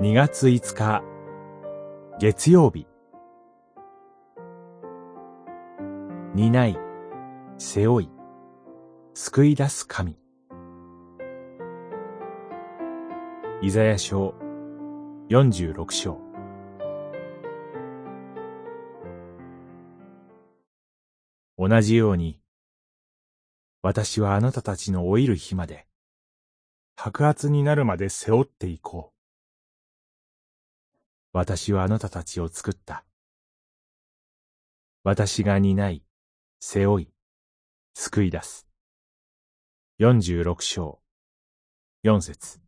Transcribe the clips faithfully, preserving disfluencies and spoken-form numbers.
にがついつか月曜日。担い、背負い、救い出す神。イザヤ書よんじゅうろく章。同じように、私はあなたたちの老いる日まで、白髪になるまで背負っていこう。私はあなたたちを作った。私が担い、背負い、救い出す。よんじゅうろく章、よん節。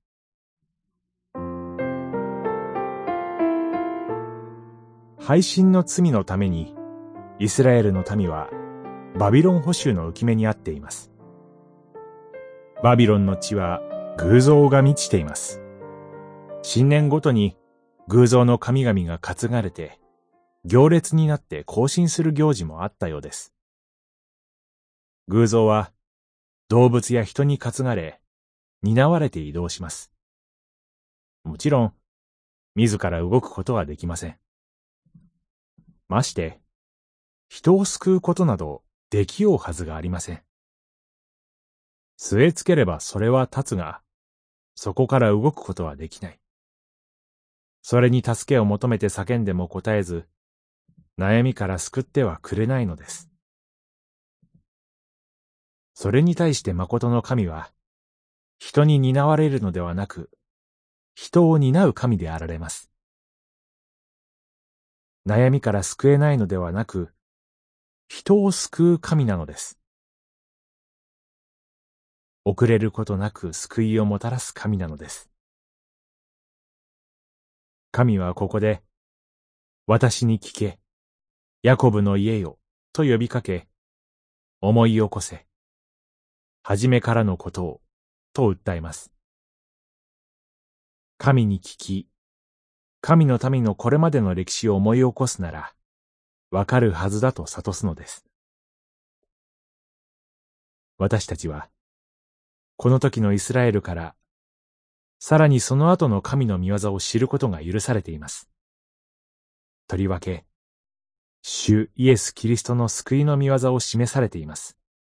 背信の罪のために、イスラエルの民は、バビロン捕囚の浮き目にあっています。バビロンの地は偶像が満ちています。新年ごとに偶像の神々が担がれて、行列になって行進する行事もあったようです。偶像は動物や人に担がれ、担われて移動します。もちろん、自ら動くことはできません。まして、人を救うことなどできようはずがありません。据え付ければそれは立つが、そこから動くことはできない。それに助けを求めて叫んでも答えず、悩みから救ってはくれないのです。それに対して誠の神は、人に担われるのではなく、人を担う神であられます。悩みから救えないのではなく、人を救う神なのです。遅れることなく救いをもたらす神なのです。神はここで、私に聞け、ヤコブの家よ、と呼びかけ、思い起こせ、初めからのことを、と訴えます。神に聞き、神の民のこれまでの歴史を思い起こすなら、わかるはずだと諭すのです。私たちは、この時のイスラエルから、さらにその後の神の御業を知ることが許されています。とりわけ、主イエス・キリストの救いの御業を示されています。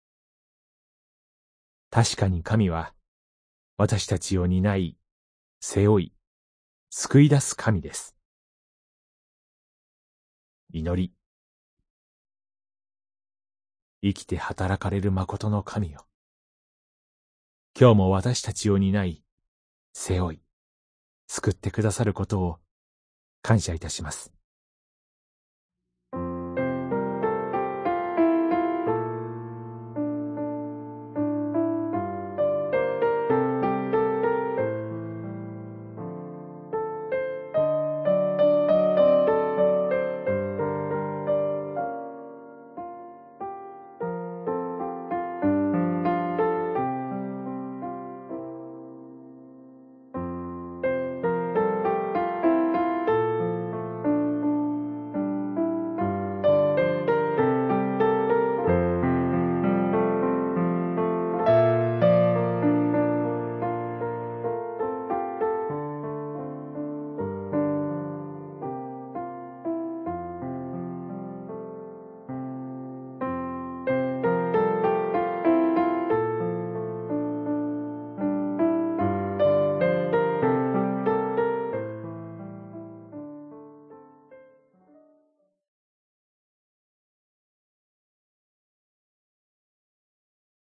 確かに神は、私たちを担い、背負い、救い出す神です。祈り。生きて働かれる誠の神よ。今日も私たちを担い、背負い、救ってくださることを感謝いたします。